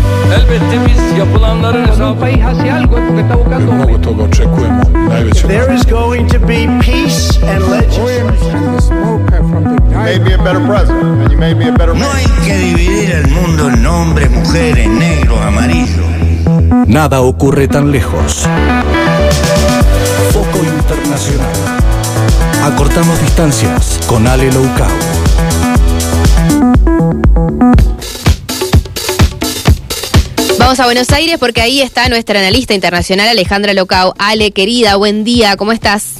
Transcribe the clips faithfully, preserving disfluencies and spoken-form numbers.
There is going to be peace and legislation. Made me a better president, and you made me a better man. No hay que dividir el mundo en hombres, mujeres, negros, amarillos. Nada ocurre tan lejos. Foco Internacional. Acortamos distancias con Ale Loucao. Vamos a Buenos Aires porque ahí está nuestra analista internacional Alejandra Loucao. Ale, querida, buen día, ¿cómo estás?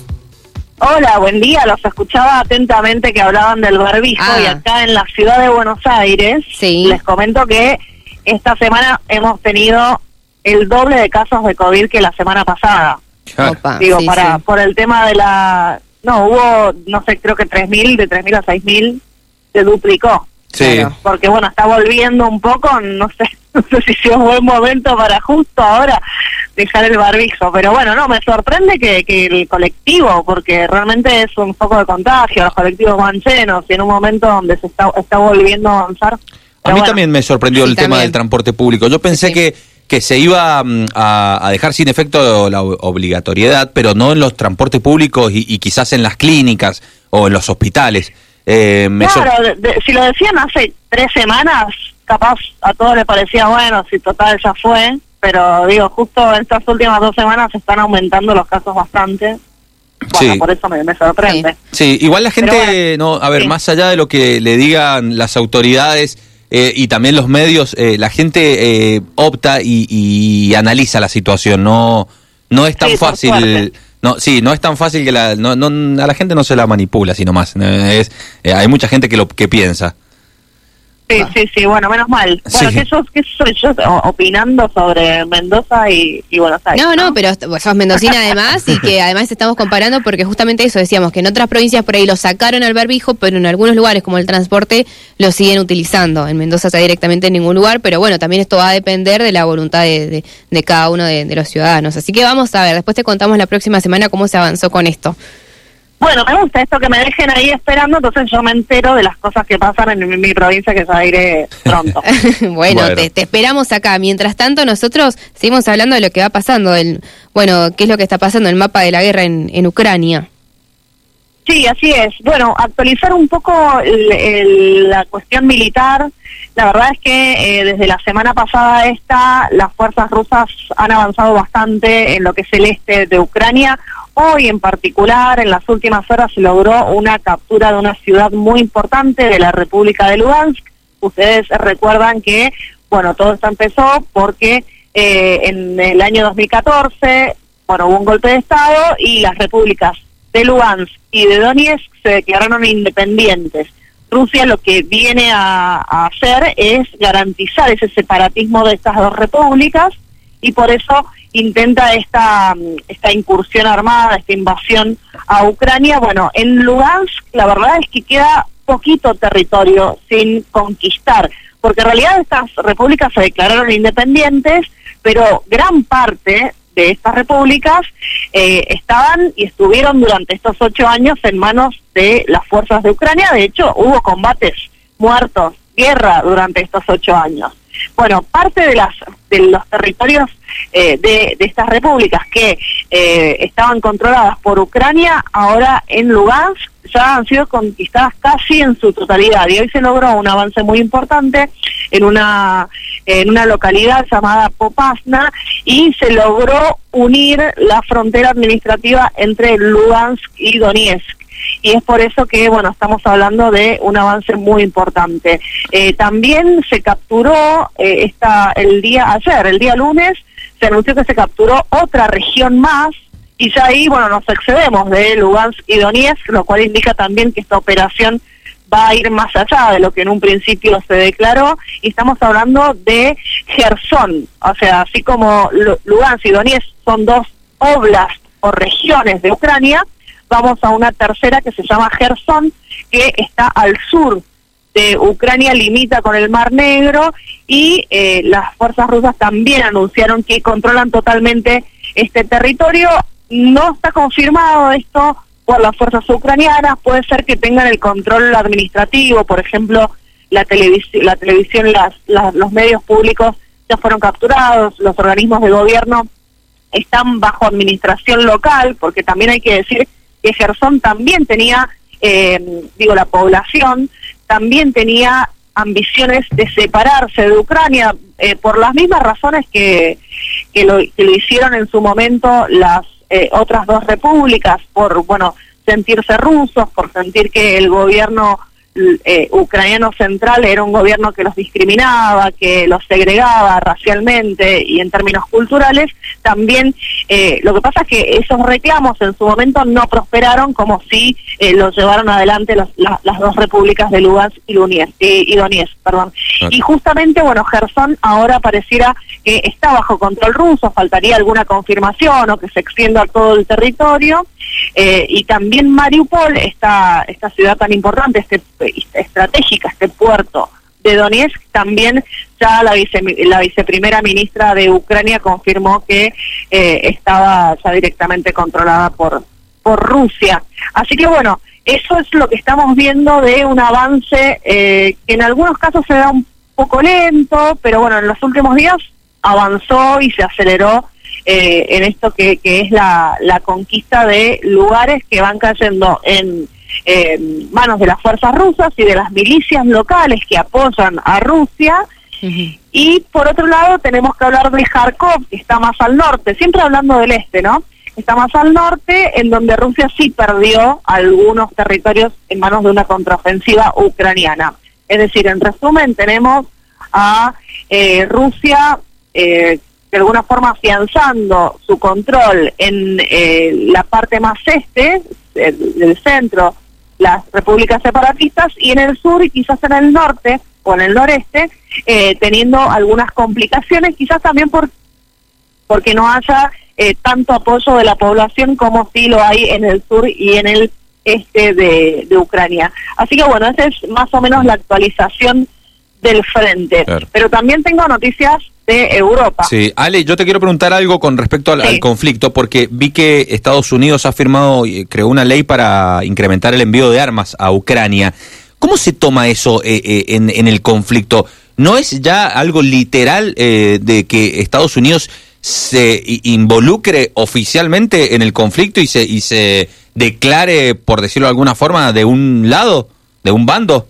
Hola, buen día. Los escuchaba atentamente que hablaban del barbijo ah. y acá en la ciudad de Buenos Aires sí. les comento que esta semana hemos tenido el doble de casos de COVID que la semana pasada. Opa, Digo, sí, para sí. por el tema de la... No, hubo, no sé, creo que tres mil, de tres mil a seis mil se duplicó. Sí. Claro. Porque bueno, está volviendo un poco, no sé, no sé si es un buen momento para justo ahora dejar el barbijo, pero bueno, no, me sorprende que, que el colectivo, porque realmente es un foco de contagio, los colectivos van llenos y en un momento donde se está, está volviendo a avanzar. A mí bueno. también me sorprendió Sí, el también. tema del transporte público. Yo pensé Sí, sí. que, que se iba um, a, a dejar sin efecto la obligatoriedad, pero no en los transportes públicos y, y quizás en las clínicas o en los hospitales. Eh, me Claro, sor- de, de, si lo decían hace tres semanas, capaz a todos les parecía, bueno, si total ya fue, pero digo, justo en estas últimas dos semanas se están aumentando los casos bastante. Bueno, Sí. por eso me, me sorprende. Sí, igual la gente, Pero bueno, no, a ver, sí. más allá de lo que le digan las autoridades eh, y también los medios, eh, la gente eh, opta y, y analiza la situación, no, no es tan Sí, por fácil. suerte. No, sí, no es tan fácil que la, no, no, a la gente no se la manipula, sino más. eh, Es, eh, hay mucha gente que lo que piensa. Sí, sí, sí, bueno, menos mal. Bueno, Sí. ¿qué, sos, ¿qué soy yo o- opinando sobre Mendoza y, y Buenos Aires? No, no, pero vos sos mendocina además y que además estamos comparando porque justamente eso decíamos, que en otras provincias por ahí lo sacaron al barbijo, pero en algunos lugares como el transporte lo siguen utilizando. En Mendoza está directamente en ningún lugar, pero bueno, también esto va a depender de la voluntad de, de, de cada uno de, de los ciudadanos. Así que vamos a ver, después te contamos la próxima semana cómo se avanzó con esto. Bueno, me gusta esto que me dejen ahí esperando, entonces yo me entero de las cosas que pasan en mi, mi provincia, que ya iré pronto. bueno, Bueno. Te, te esperamos acá. Mientras tanto, nosotros seguimos hablando de lo que va pasando, el, bueno, qué es lo que está pasando, el mapa de la guerra en, en Ucrania. Sí, así es. Bueno, actualizar un poco el, el, la cuestión militar. La verdad es que eh, desde la semana pasada esta, las fuerzas rusas han avanzado bastante en lo que es el este de Ucrania. Hoy en particular, en las últimas horas, se logró una captura de una ciudad muy importante de la República de Lugansk. Ustedes recuerdan que, bueno, todo esto empezó porque eh, en el año dos mil catorce, bueno, hubo un golpe de Estado y las repúblicas de Lugansk y de Donetsk se declararon independientes. Rusia lo que viene a, a hacer es garantizar ese separatismo de estas dos repúblicas y por eso intenta esta esta incursión armada, esta invasión a Ucrania. Bueno, en Lugansk la verdad es que queda poquito territorio sin conquistar, porque en realidad estas repúblicas se declararon independientes, pero gran parte de estas repúblicas eh, estaban y estuvieron durante estos ocho años en manos de las fuerzas de Ucrania. De hecho, hubo combates, muertos, guerra durante estos ocho años. Bueno, parte de las de los territorios eh, de, de estas repúblicas que eh, estaban controladas por Ucrania, ahora en Lugansk ya han sido conquistadas casi en su totalidad y hoy se logró un avance muy importante en una en una localidad llamada Popasna y se logró unir la frontera administrativa entre Lugansk y Donetsk. Y es por eso que, bueno, estamos hablando de un avance muy importante. Eh, también se capturó eh, esta, el día ayer, el día lunes, se anunció que se capturó otra región más, y ya ahí, bueno, nos excedemos de Lugansk y Donetsk, lo cual indica también que esta operación va a ir más allá de lo que en un principio se declaró, y estamos hablando de Jersón, o sea, así como Lugansk y Donetsk son dos oblasts o regiones de Ucrania, vamos a una tercera que se llama Jersón, que está al sur de Ucrania, limita con el Mar Negro, y eh, las fuerzas rusas también anunciaron que controlan totalmente este territorio. No está confirmado esto por las fuerzas ucranianas, puede ser que tengan el control administrativo, por ejemplo, la televisión, la televisión las, las, los medios públicos ya fueron capturados, los organismos de gobierno están bajo administración local, porque también hay que decir que Jersón también tenía, eh, digo, la población también tenía ambiciones de separarse de Ucrania, eh, por las mismas razones que, que, lo, que lo hicieron en su momento las eh, otras dos repúblicas, por, bueno, sentirse rusos, por sentir que el gobierno eh, ucraniano central era un gobierno que los discriminaba, que los segregaba racialmente y en términos culturales. También eh, lo que pasa es que esos reclamos en su momento no prosperaron como si eh, los llevaron adelante los, la, las dos repúblicas de Lugansk y Donetsk, y, y Donetsk, perdón. Okay. Y justamente, bueno, Jersón ahora pareciera que está bajo control ruso, faltaría alguna confirmación o que se extienda a todo el territorio. Eh, y también Mariupol, esta, esta ciudad tan importante, este, estratégica, este puerto de Donetsk, también ya la, vice, la viceprimera ministra de Ucrania confirmó que eh, estaba ya directamente controlada por, por Rusia. Así que bueno, eso es lo que estamos viendo de un avance eh, que en algunos casos se da un poco lento, pero bueno, en los últimos días avanzó y se aceleró Eh, en esto que, que es la, la conquista de lugares que van cayendo en eh, manos de las fuerzas rusas y de las milicias locales que apoyan a Rusia. Uh-huh. Y por otro lado tenemos que hablar de Kharkov, que está más al norte, siempre hablando del este, ¿no? Está más al norte, en donde Rusia sí perdió algunos territorios en manos de una contraofensiva ucraniana. Es decir, en resumen, tenemos a eh, Rusia eh, de alguna forma afianzando su control en eh, la parte más este del, del centro, las repúblicas separatistas, y en el sur y quizás en el norte o en el noreste, eh, teniendo algunas complicaciones, quizás también por porque no haya eh, tanto apoyo de la población como sí lo hay en el sur y en el este de, de Ucrania. Así que bueno, esa es más o menos la actualización del frente. Claro. Pero también tengo noticias de Europa. Sí, Ale, yo te quiero preguntar algo con respecto al, sí. al conflicto, porque vi que Estados Unidos ha firmado, creó una ley para incrementar el envío de armas a Ucrania. ¿Cómo se toma eso eh, eh, en, en el conflicto? ¿No es ya algo literal eh, de que Estados Unidos se involucre oficialmente en el conflicto y se, y se declare, por decirlo de alguna forma, de un lado, de un bando?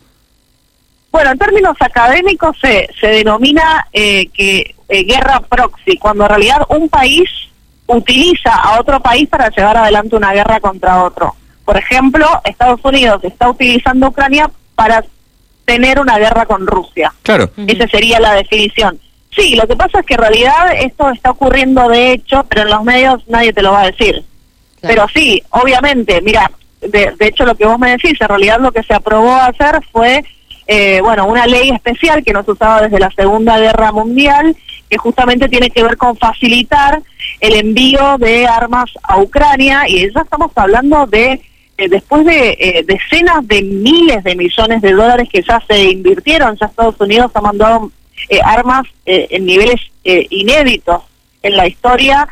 Bueno, en términos académicos se, se denomina eh, que eh, guerra proxy, cuando en realidad un país utiliza a otro país para llevar adelante una guerra contra otro. Por ejemplo, Estados Unidos está utilizando a Ucrania para tener una guerra con Rusia. Claro. Uh-huh. Esa sería la definición. Sí, lo que pasa es que en realidad esto está ocurriendo de hecho, pero en los medios nadie te lo va a decir. Claro. Pero sí, obviamente, mira, de, de hecho lo que vos me decís, en realidad lo que se aprobó hacer fue Eh, bueno, una ley especial que no se usaba desde la Segunda Guerra Mundial, que justamente tiene que ver con facilitar el envío de armas a Ucrania, y ya estamos hablando de, eh, después de eh, decenas de miles de millones de dólares que ya se invirtieron, ya Estados Unidos ha mandado eh, armas eh, en niveles eh, inéditos en la historia,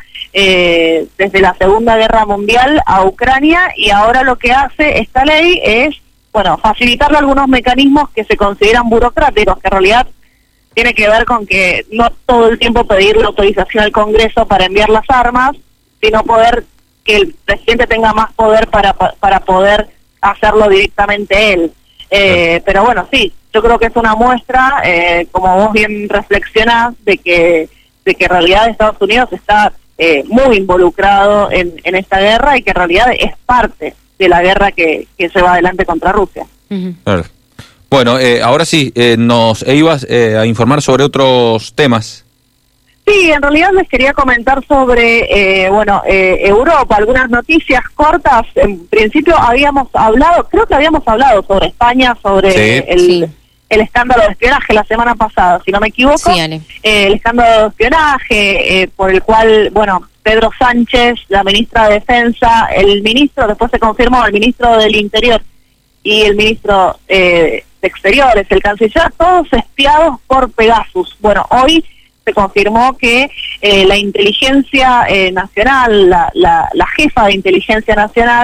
eh, desde la Segunda Guerra Mundial a Ucrania, y ahora lo que hace esta ley es bueno, facilitarle algunos mecanismos que se consideran burocráticos, que en realidad tiene que ver con que no todo el tiempo pedir la autorización al Congreso para enviar las armas, sino poder que el presidente tenga más poder para para poder hacerlo directamente él. Eh, pero bueno, sí, yo creo que es una muestra, eh, como vos bien reflexionás, de que de que en realidad Estados Unidos está eh, muy involucrado en, en esta guerra y que en realidad es parte de la guerra que, que se va adelante contra Rusia. Uh-huh. Claro. Bueno, eh, ahora sí, eh, nos ibas eh, a informar sobre otros temas. Sí, en realidad les quería comentar sobre, eh, bueno, eh, Europa, algunas noticias cortas. En principio habíamos hablado, creo que habíamos hablado sobre España, sobre sí. el... Sí. el escándalo de espionaje la semana pasada, si no me equivoco, sí, eh, el escándalo de espionaje eh, por el cual, bueno, Pedro Sánchez, la ministra de Defensa, el ministro, después se confirmó, el ministro del Interior y el ministro eh, de Exteriores, el canciller, todos espiados por Pegasus. Bueno, hoy se confirmó que eh, la inteligencia eh, nacional, la, la, la jefa de inteligencia nacional,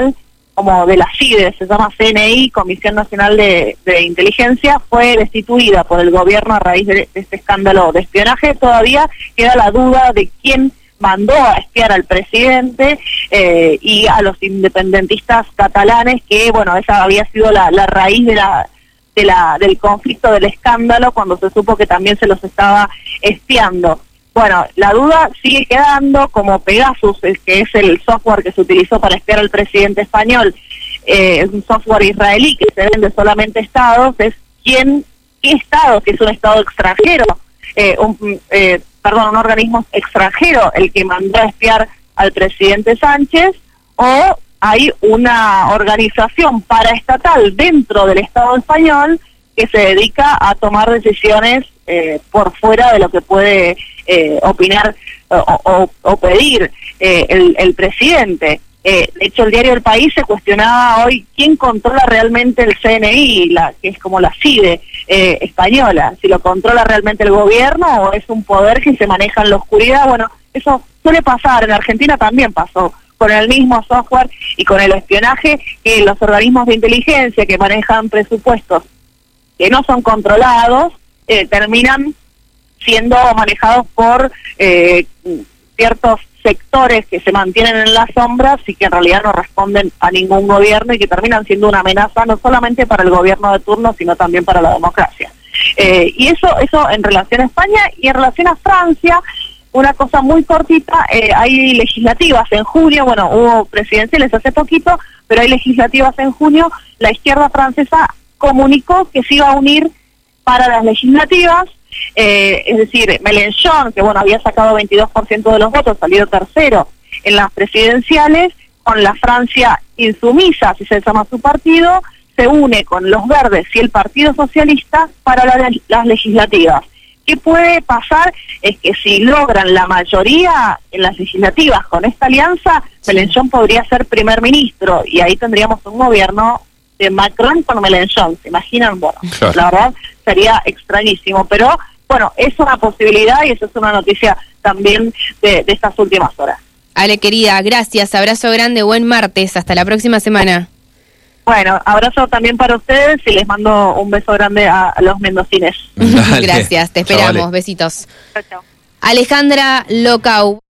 como de la C I D E, se llama C N I, Comisión Nacional de, de Inteligencia, fue destituida por el gobierno a raíz de, de este escándalo de espionaje. Todavía queda la duda de quién mandó a espiar al presidente eh, y a los independentistas catalanes, que bueno, esa había sido la, la raíz de la, de la del conflicto, del escándalo, cuando se supo que también se los estaba espiando. Bueno, la duda sigue quedando, como Pegasus, que es el software que se utilizó para espiar al presidente español, eh, es un software israelí que se vende solamente a estados, es quién, qué estado, que es un estado extranjero, eh, un, eh, perdón, un organismo extranjero el que mandó a espiar al presidente Sánchez, o hay una organización paraestatal dentro del Estado español que se dedica a tomar decisiones eh, por fuera de lo que puede eh, opinar o, o, o pedir eh, el, el presidente. Eh, de hecho, el diario El País se cuestionaba hoy quién controla realmente el C N I, la, que es como la C I D E eh, española, si lo controla realmente el gobierno o es un poder que se maneja en la oscuridad. Bueno, eso suele pasar, en Argentina también pasó, con el mismo software y con el espionaje, que los organismos de inteligencia que manejan presupuestos que no son controlados, eh, terminan siendo manejados por eh, ciertos sectores que se mantienen en las sombras y que en realidad no responden a ningún gobierno y que terminan siendo una amenaza no solamente para el gobierno de turno, sino también para la democracia. Eh, y eso, eso en relación a España. Y en relación a Francia, una cosa muy cortita, eh, hay legislativas en junio, bueno, hubo presidenciales hace poquito, pero hay legislativas en junio. La izquierda francesa comunicó que se iba a unir para las legislativas, eh, es decir, Mélenchon, que bueno, había sacado veintidós por ciento de los votos, salió tercero en las presidenciales, con la Francia insumisa, así se llama su partido, se une con los Verdes y el Partido Socialista para la, las legislativas. ¿Qué puede pasar? Es que si logran la mayoría en las legislativas con esta alianza, sí, Mélenchon podría ser primer ministro y ahí tendríamos un gobierno de Macron con Mélenchon. ¿Se imaginan? Bueno, claro, la verdad sería extrañísimo, pero bueno, es una posibilidad y eso es una noticia también de, de estas últimas horas. Ale, querida, gracias, abrazo grande, buen martes, hasta la próxima semana. Bueno, abrazo también para ustedes y les mando un beso grande a, a los mendocines. Gracias, te esperamos, chau, vale. Besitos. Chao, chao. Alejandra Locau.